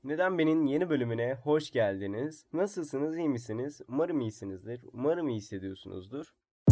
Neden Ben'in yeni bölümüne hoş geldiniz. Nasılsınız, iyi misiniz? Umarım iyisinizdir. Umarım iyi hissediyorsunuzdur.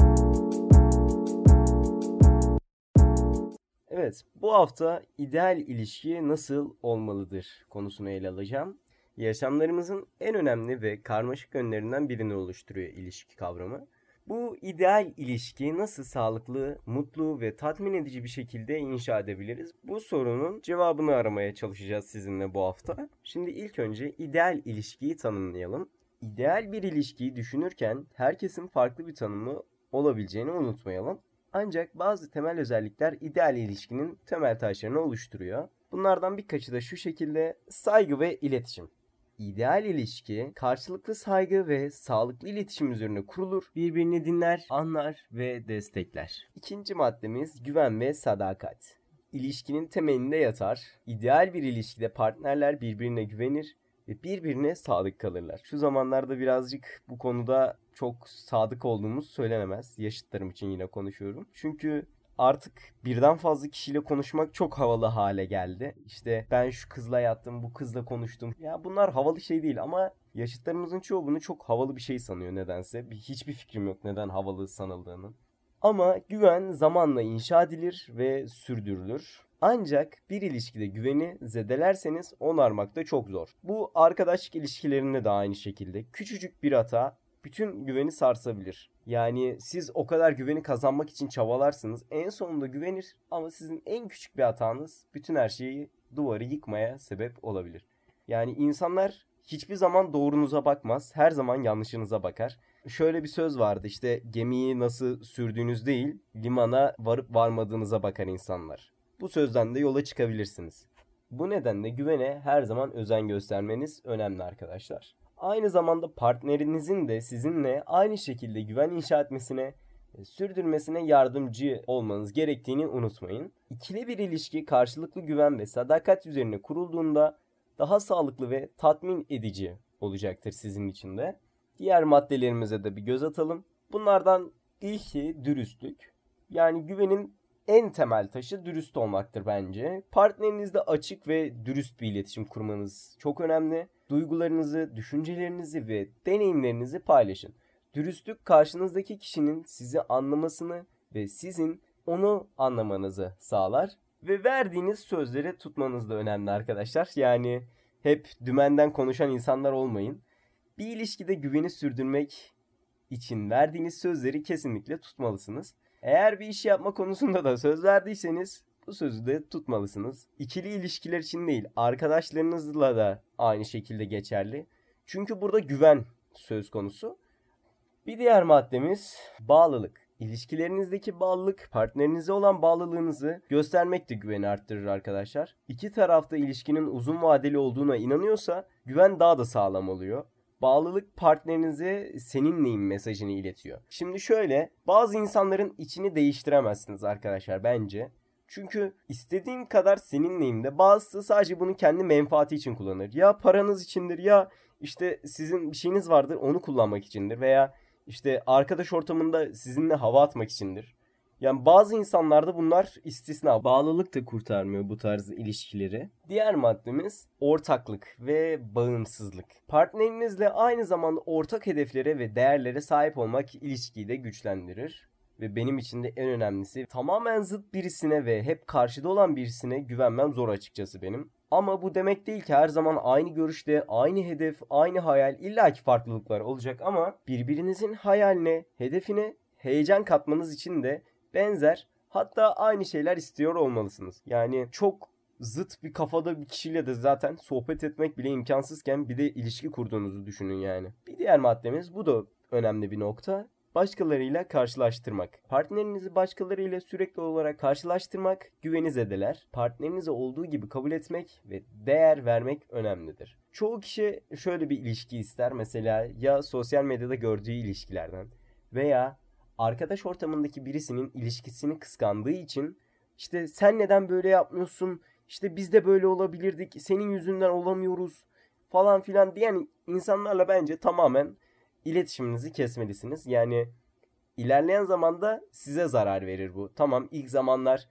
Evet, bu hafta ideal ilişki nasıl olmalıdır konusunu ele alacağım. Yaşamlarımızın en önemli ve karmaşık yönlerinden birini oluşturuyor ilişki kavramı. Bu ideal ilişkiyi nasıl sağlıklı, mutlu ve tatmin edici bir şekilde inşa edebiliriz? Bu sorunun cevabını aramaya çalışacağız sizinle bu hafta. Şimdi ilk önce ideal ilişkiyi tanımlayalım. İdeal bir ilişkiyi düşünürken herkesin farklı bir tanımı olabileceğini unutmayalım. Ancak bazı temel özellikler ideal ilişkinin temel taşlarını oluşturuyor. Bunlardan birkaçı da şu şekilde: saygı ve iletişim. İdeal ilişki karşılıklı saygı ve sağlıklı iletişim üzerine kurulur, birbirini dinler, anlar ve destekler. İkinci maddemiz güven ve sadakat. İlişkinin temelinde yatar. İdeal bir ilişkide partnerler birbirine güvenir ve birbirine sadık kalırlar. Şu zamanlarda birazcık bu konuda çok sadık olduğumuz söylenemez. Yaşıtlarım için yine konuşuyorum. Çünkü artık birden fazla kişiyle konuşmak çok havalı hale geldi. İşte ben şu kızla yattım, bu kızla konuştum. Ya bunlar havalı şey değil ama yaşıtlarımızın çoğu bunu çok havalı bir şey sanıyor nedense. Hiçbir fikrim yok neden havalı sanıldığını. Ama güven zamanla inşa edilir ve sürdürülür. Ancak bir ilişkide güveni zedelerseniz onarmak da çok zor. Bu arkadaşlık ilişkilerinde de aynı şekilde. Küçücük bir hata bütün güveni sarsabilir. Yani siz o kadar güveni kazanmak için çabalarsınız. En sonunda güvenir ama sizin en küçük bir hatanız bütün her şeyi, duvarı yıkmaya sebep olabilir. Yani insanlar hiçbir zaman doğrunuza bakmaz. Her zaman yanlışınıza bakar. Şöyle bir söz vardı, işte gemiyi nasıl sürdüğünüz değil, limana varıp varmadığınıza bakar insanlar. Bu sözden de yola çıkabilirsiniz. Bu nedenle güvene her zaman özen göstermeniz önemli arkadaşlar. Aynı zamanda partnerinizin de sizinle aynı şekilde güven inşa etmesine, sürdürmesine yardımcı olmanız gerektiğini unutmayın. İkili bir ilişki karşılıklı güven ve sadakat üzerine kurulduğunda daha sağlıklı ve tatmin edici olacaktır sizin için de. Diğer maddelerimize de bir göz atalım. Bunlardan ilki dürüstlük. Yani güvenin en temel taşı dürüst olmaktır bence. Partnerinizle açık ve dürüst bir iletişim kurmanız çok önemli. Duygularınızı, düşüncelerinizi ve deneyimlerinizi paylaşın. Dürüstlük karşınızdaki kişinin sizi anlamasını ve sizin onu anlamanızı sağlar. Ve verdiğiniz sözleri tutmanız da önemli arkadaşlar. Yani hep dümenden konuşan insanlar olmayın. Bir ilişkide güveni sürdürmek için verdiğiniz sözleri kesinlikle tutmalısınız. Eğer bir iş yapma konusunda da söz verdiyseniz bu sözü de tutmalısınız. İkili ilişkiler için değil, arkadaşlarınızla da aynı şekilde geçerli. Çünkü burada güven söz konusu. Bir diğer maddemiz bağlılık. İlişkilerinizdeki bağlılık, partnerinize olan bağlılığınızı göstermek de güveni arttırır arkadaşlar. İki tarafta ilişkinin uzun vadeli olduğuna inanıyorsa güven daha da sağlam oluyor. Bağlılık partnerinize seninleyim mesajını iletiyor. Şimdi şöyle, bazı insanların içini değiştiremezsiniz arkadaşlar bence. Çünkü istediğin kadar seninleyim de bazısı sadece bunu kendi menfaati için kullanır. Ya paranız içindir ya işte sizin bir şeyiniz vardır onu kullanmak içindir veya işte arkadaş ortamında sizinle hava atmak içindir. Yani bazı insanlarda bunlar istisna. Bağlılık da kurtarmıyor bu tarz ilişkileri. Diğer maddemiz ortaklık ve bağımsızlık. Partnerinizle aynı zamanda ortak hedeflere ve değerlere sahip olmak ilişkiyi de güçlendirir. Ve benim için de en önemlisi, tamamen zıt birisine ve hep karşıda olan birisine güvenmem zor açıkçası benim. Ama bu demek değil ki her zaman aynı görüşte, aynı hedef, aynı hayal, illaki farklılıklar olacak ama birbirinizin hayaline, hedefine heyecan katmanız için de benzer, hatta aynı şeyler istiyor olmalısınız. Yani çok zıt bir kafada bir kişiyle de zaten sohbet etmek bile imkansızken bir de ilişki kurduğunuzu düşünün yani. Bir diğer maddemiz, bu da önemli bir nokta: başkalarıyla karşılaştırmak. Partnerinizi başkalarıyla sürekli olarak karşılaştırmak güveni zedeler. Partnerinizi olduğu gibi kabul etmek ve değer vermek önemlidir. Çoğu kişi şöyle bir ilişki ister, mesela ya sosyal medyada gördüğü ilişkilerden veya arkadaş ortamındaki birisinin ilişkisini kıskandığı için işte sen neden böyle yapmıyorsun, işte biz de böyle olabilirdik, senin yüzünden olamıyoruz falan filan diyen insanlarla bence tamamen iletişiminizi kesmelisiniz. Yani ilerleyen zamanda size zarar verir bu. Tamam, ilk zamanlar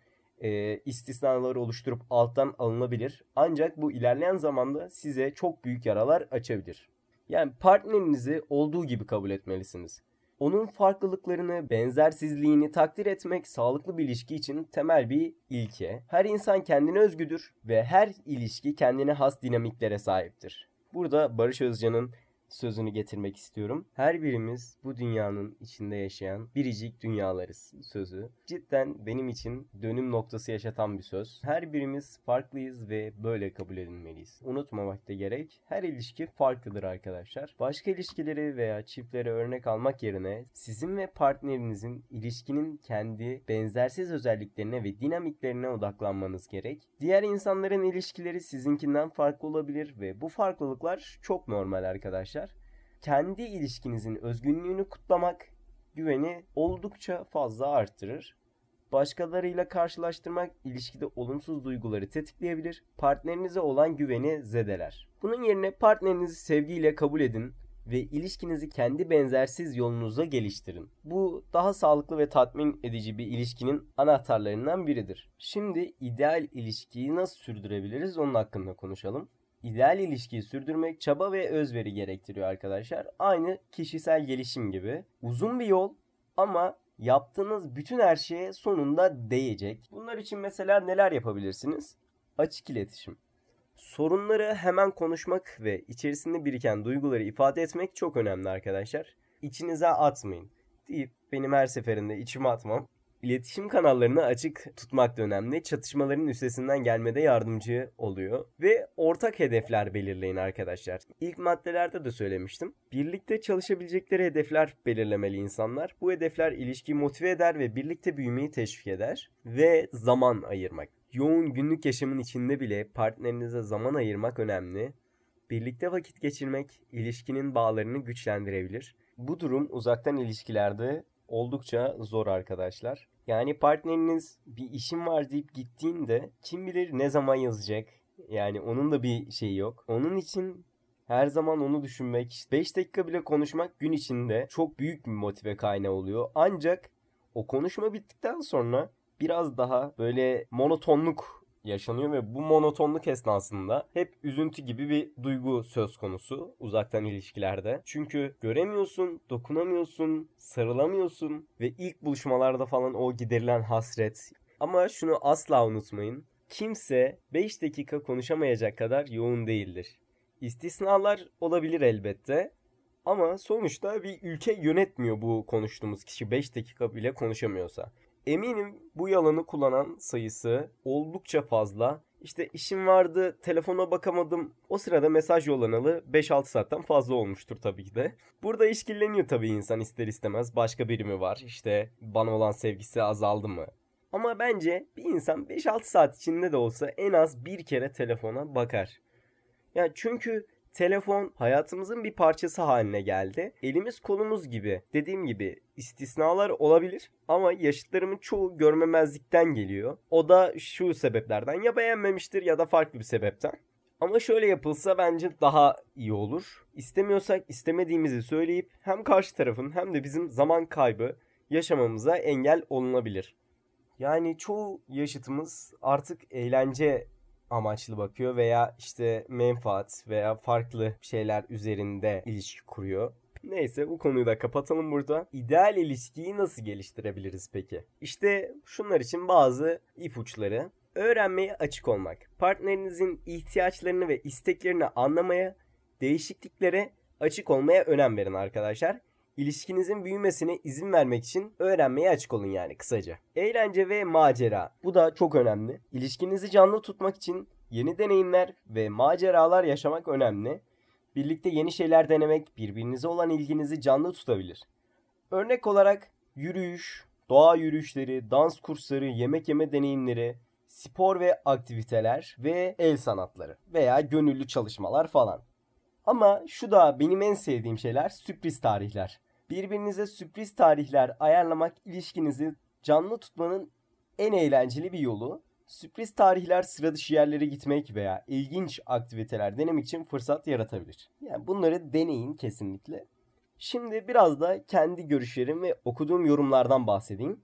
istisnaları oluşturup alttan alınabilir. Ancak bu ilerleyen zamanda size çok büyük yaralar açabilir. Yani partnerinizi olduğu gibi kabul etmelisiniz. Onun farklılıklarını, benzersizliğini takdir etmek sağlıklı bir ilişki için temel bir ilke. Her insan kendine özgüdür ve her ilişki kendine has dinamiklere sahiptir. Burada Barış Özcan'ın sözünü getirmek istiyorum. Her birimiz bu dünyanın içinde yaşayan biricik dünyalarız sözü. Cidden benim için dönüm noktası yaşatan bir söz. Her birimiz farklıyız ve böyle kabul edilmeliyiz. Unutmamak da gerek. Her ilişki farklıdır arkadaşlar. Başka ilişkileri veya çiftlere örnek almak yerine sizin ve partnerinizin ilişkinin kendi benzersiz özelliklerine ve dinamiklerine odaklanmanız gerek. Diğer insanların ilişkileri sizinkinden farklı olabilir ve bu farklılıklar çok normal arkadaşlar. Kendi ilişkinizin özgünlüğünü kutlamak güveni oldukça fazla arttırır. Başkalarıyla karşılaştırmak ilişkide olumsuz duyguları tetikleyebilir. Partnerinize olan güveni zedeler. Bunun yerine partnerinizi sevgiyle kabul edin ve ilişkinizi kendi benzersiz yolunuza geliştirin. Bu daha sağlıklı ve tatmin edici bir ilişkinin anahtarlarından biridir. Şimdi ideal ilişkiyi nasıl sürdürebiliriz onun hakkında konuşalım. İdeal ilişkiyi sürdürmek çaba ve özveri gerektiriyor arkadaşlar. Aynı kişisel gelişim gibi. Uzun bir yol ama yaptığınız bütün her şeye sonunda değecek. Bunlar için mesela neler yapabilirsiniz? Açık iletişim. Sorunları hemen konuşmak ve içerisinde biriken duyguları ifade etmek çok önemli arkadaşlar. İçinize atmayın deyip benim her seferinde içime atmam. İletişim kanallarını açık tutmak da önemli. Çatışmaların üstesinden gelmede yardımcı oluyor. Ve ortak hedefler belirleyin arkadaşlar. İlk maddelerde de söylemiştim. Birlikte çalışabilecekleri hedefler belirlemeli insanlar. Bu hedefler ilişkiyi motive eder ve birlikte büyümeyi teşvik eder. Ve zaman ayırmak. Yoğun günlük yaşamın içinde bile partnerinize zaman ayırmak önemli. Birlikte vakit geçirmek ilişkinin bağlarını güçlendirebilir. Bu durum uzaktan ilişkilerde oldukça zor arkadaşlar. Yani partneriniz bir işim var deyip gittiğinde kim bilir ne zaman yazacak. Yani onun da bir şeyi yok. Onun için her zaman onu düşünmek, 5 dakika bile konuşmak gün içinde çok büyük bir motive kaynağı oluyor. Ancak o konuşma bittikten sonra biraz daha böyle monotonluk yaşanıyor ve bu monotonluk esnasında hep üzüntü gibi bir duygu söz konusu uzaktan ilişkilerde. Çünkü göremiyorsun, dokunamıyorsun, sarılamıyorsun ve ilk buluşmalarda falan o giderilen hasret. Ama şunu asla unutmayın. Kimse 5 dakika konuşamayacak kadar yoğun değildir. İstisnalar olabilir elbette. Ama sonuçta bir ülke yönetmiyor bu konuştuğumuz kişi 5 dakika bile konuşamıyorsa. Eminim bu yalanı kullanan sayısı oldukça fazla. İşte işim vardı, telefona bakamadım. O sırada mesaj yollanalı 5-6 saatten fazla olmuştur tabii ki de. Burada işkilleniyor tabii insan ister istemez. Başka biri mi var? İşte bana olan sevgisi azaldı mı? Ama bence bir insan 5-6 saat içinde de olsa en az bir kere telefona bakar. Yani çünkü telefon hayatımızın bir parçası haline geldi. Elimiz kolumuz gibi. Dediğim gibi istisnalar olabilir ama yaşıtlarımın çoğu görmemezlikten geliyor. O da şu sebeplerden ya beğenmemiştir ya da farklı bir sebepten. Ama şöyle yapılsa bence daha iyi olur. İstemiyorsak istemediğimizi söyleyip hem karşı tarafın hem de bizim zaman kaybı yaşamamıza engel olunabilir. Yani çoğu yaşıtımız artık eğlence amaçlı bakıyor veya işte menfaat veya farklı şeyler üzerinde ilişki kuruyor. Neyse bu konuyu da kapatalım burada. İdeal ilişkiyi nasıl geliştirebiliriz peki? İşte şunlar için bazı ipuçları. Öğrenmeye açık olmak. Partnerinizin ihtiyaçlarını ve isteklerini anlamaya, değişikliklere açık olmaya önem verin arkadaşlar. İlişkinizin büyümesine izin vermek için öğrenmeye açık olun yani kısaca. Eğlence ve macera. Bu da çok önemli. İlişkinizi canlı tutmak için yeni deneyimler ve maceralar yaşamak önemli. Birlikte yeni şeyler denemek birbirinize olan ilginizi canlı tutabilir. Örnek olarak yürüyüş, doğa yürüyüşleri, dans kursları, yemek yeme deneyimleri, spor ve aktiviteler ve el sanatları veya gönüllü çalışmalar falan. Ama şu da benim en sevdiğim şeyler sürpriz tarihler. Birbirinize sürpriz tarihler ayarlamak ilişkinizi canlı tutmanın en eğlenceli bir yolu. Sürpriz tarihler sıra dışı yerlere gitmek veya ilginç aktiviteler denemek için fırsat yaratabilir. Yani bunları deneyin kesinlikle. Şimdi biraz da kendi görüşlerim ve okuduğum yorumlardan bahsedeyim.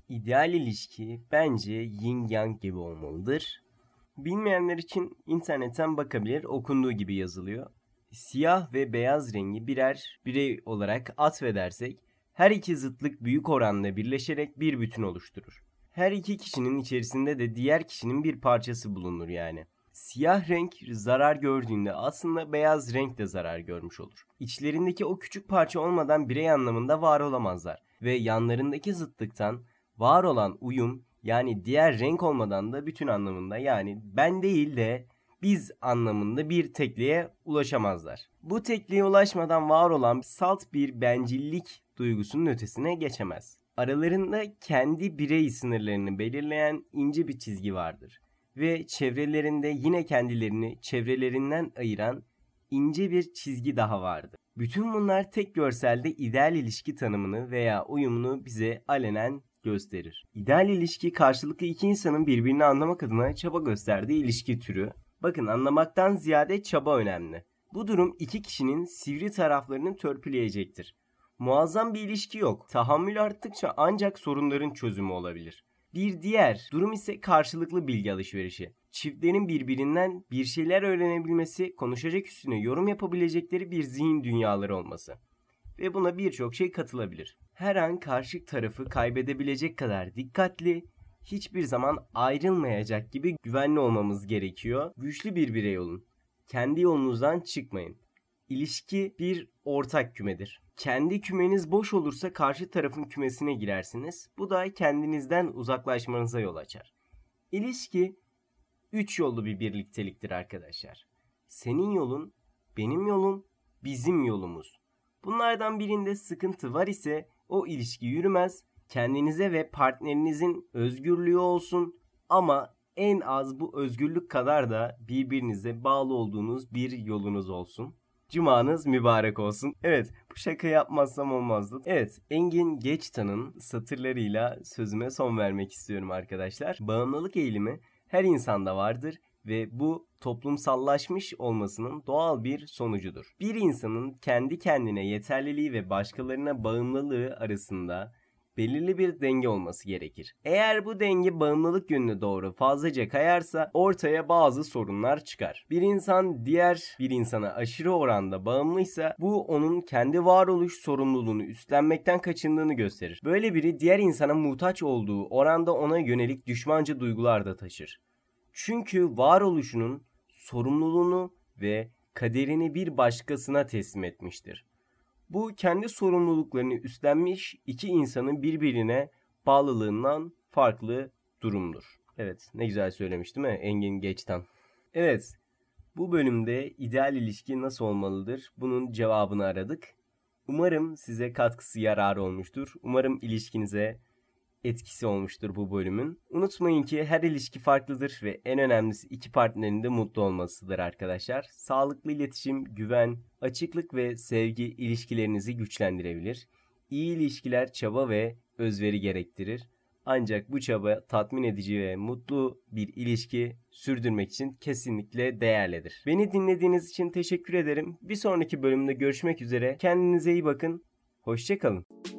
İdeal ilişki bence yin yang gibi olmalıdır. Bilmeyenler için internetten bakabilir, okunduğu gibi yazılıyor. Siyah ve beyaz rengi birer birey olarak atfedersek her iki zıtlık büyük oranda birleşerek bir bütün oluşturur. Her iki kişinin içerisinde de diğer kişinin bir parçası bulunur yani. Siyah renk zarar gördüğünde aslında beyaz renk de zarar görmüş olur. İçlerindeki o küçük parça olmadan birey anlamında var olamazlar ve yanlarındaki zıtlıktan var olan uyum, yani diğer renk olmadan da bütün anlamında, yani ben değil de biz anlamında bir tekliğe ulaşamazlar. Bu tekliğe ulaşmadan var olan salt bir bencillik duygusunun ötesine geçemez. Aralarında kendi birey sınırlarını belirleyen ince bir çizgi vardır. Ve çevrelerinde yine kendilerini çevrelerinden ayıran ince bir çizgi daha vardır. Bütün bunlar tek görselde ideal ilişki tanımını veya uyumunu bize alenen gösterir. İdeal ilişki karşılıklı iki insanın birbirini anlamak adına çaba gösterdiği ilişki türü. Bakın, anlamaktan ziyade çaba önemli. Bu durum iki kişinin sivri taraflarını törpüleyecektir. Muazzam bir ilişki yok. Tahammül arttıkça ancak sorunların çözümü olabilir. Bir diğer durum ise karşılıklı bilgi alışverişi. Çiftlerin birbirinden bir şeyler öğrenebilmesi, konuşacak üstüne yorum yapabilecekleri bir zihin dünyaları olması. Ve buna birçok şey katılabilir. Her an karşı tarafı kaybedebilecek kadar dikkatli, hiçbir zaman ayrılmayacak gibi güvenli olmamız gerekiyor. Güçlü bir birey olun. Kendi yolunuzdan çıkmayın. İlişki bir ortak kümedir. Kendi kümeniz boş olursa karşı tarafın kümesine girersiniz. Bu da kendinizden uzaklaşmanıza yol açar. İlişki 3 yollu bir birlikteliktir arkadaşlar. Senin yolun, benim yolum, bizim yolumuz. Bunlardan birinde sıkıntı var ise o ilişki yürümez. Kendinize ve partnerinizin özgürlüğü olsun ama en az bu özgürlük kadar da birbirinize bağlı olduğunuz bir yolunuz olsun. Cumanız mübarek olsun. Evet, bu şaka yapmazsam olmazdı. Evet, Engin Geçtan'ın satırlarıyla sözüme son vermek istiyorum arkadaşlar. Bağımlılık eğilimi her insanda vardır ve bu toplumsallaşmış olmasının doğal bir sonucudur. Bir insanın kendi kendine yeterliliği ve başkalarına bağımlılığı arasında belirli bir denge olması gerekir. Eğer bu denge bağımlılık yönüne doğru fazlaca kayarsa ortaya bazı sorunlar çıkar. Bir insan diğer bir insana aşırı oranda bağımlıysa bu onun kendi varoluş sorumluluğunu üstlenmekten kaçındığını gösterir. Böyle biri diğer insana muhtaç olduğu oranda ona yönelik düşmanca duygular da taşır. Çünkü varoluşunun sorumluluğunu ve kaderini bir başkasına teslim etmiştir. Bu kendi sorumluluklarını üstlenmiş iki insanın birbirine bağlılığından farklı durumdur. Evet, ne güzel söylemiş değil mi Engin Geçtan? Evet, bu bölümde ideal ilişki nasıl olmalıdır? Bunun cevabını aradık. Umarım size katkısı, yararı olmuştur. Umarım ilişkinize etkisi olmuştur bu bölümün. Unutmayın ki her ilişki farklıdır ve en önemlisi iki partnerin de mutlu olmasıdır arkadaşlar. Sağlıklı iletişim, güven, açıklık ve sevgi ilişkilerinizi güçlendirebilir. İyi ilişkiler çaba ve özveri gerektirir. Ancak bu çaba tatmin edici ve mutlu bir ilişki sürdürmek için kesinlikle değerlidir. Beni dinlediğiniz için teşekkür ederim. Bir sonraki bölümde görüşmek üzere. Kendinize iyi bakın. Hoşça kalın.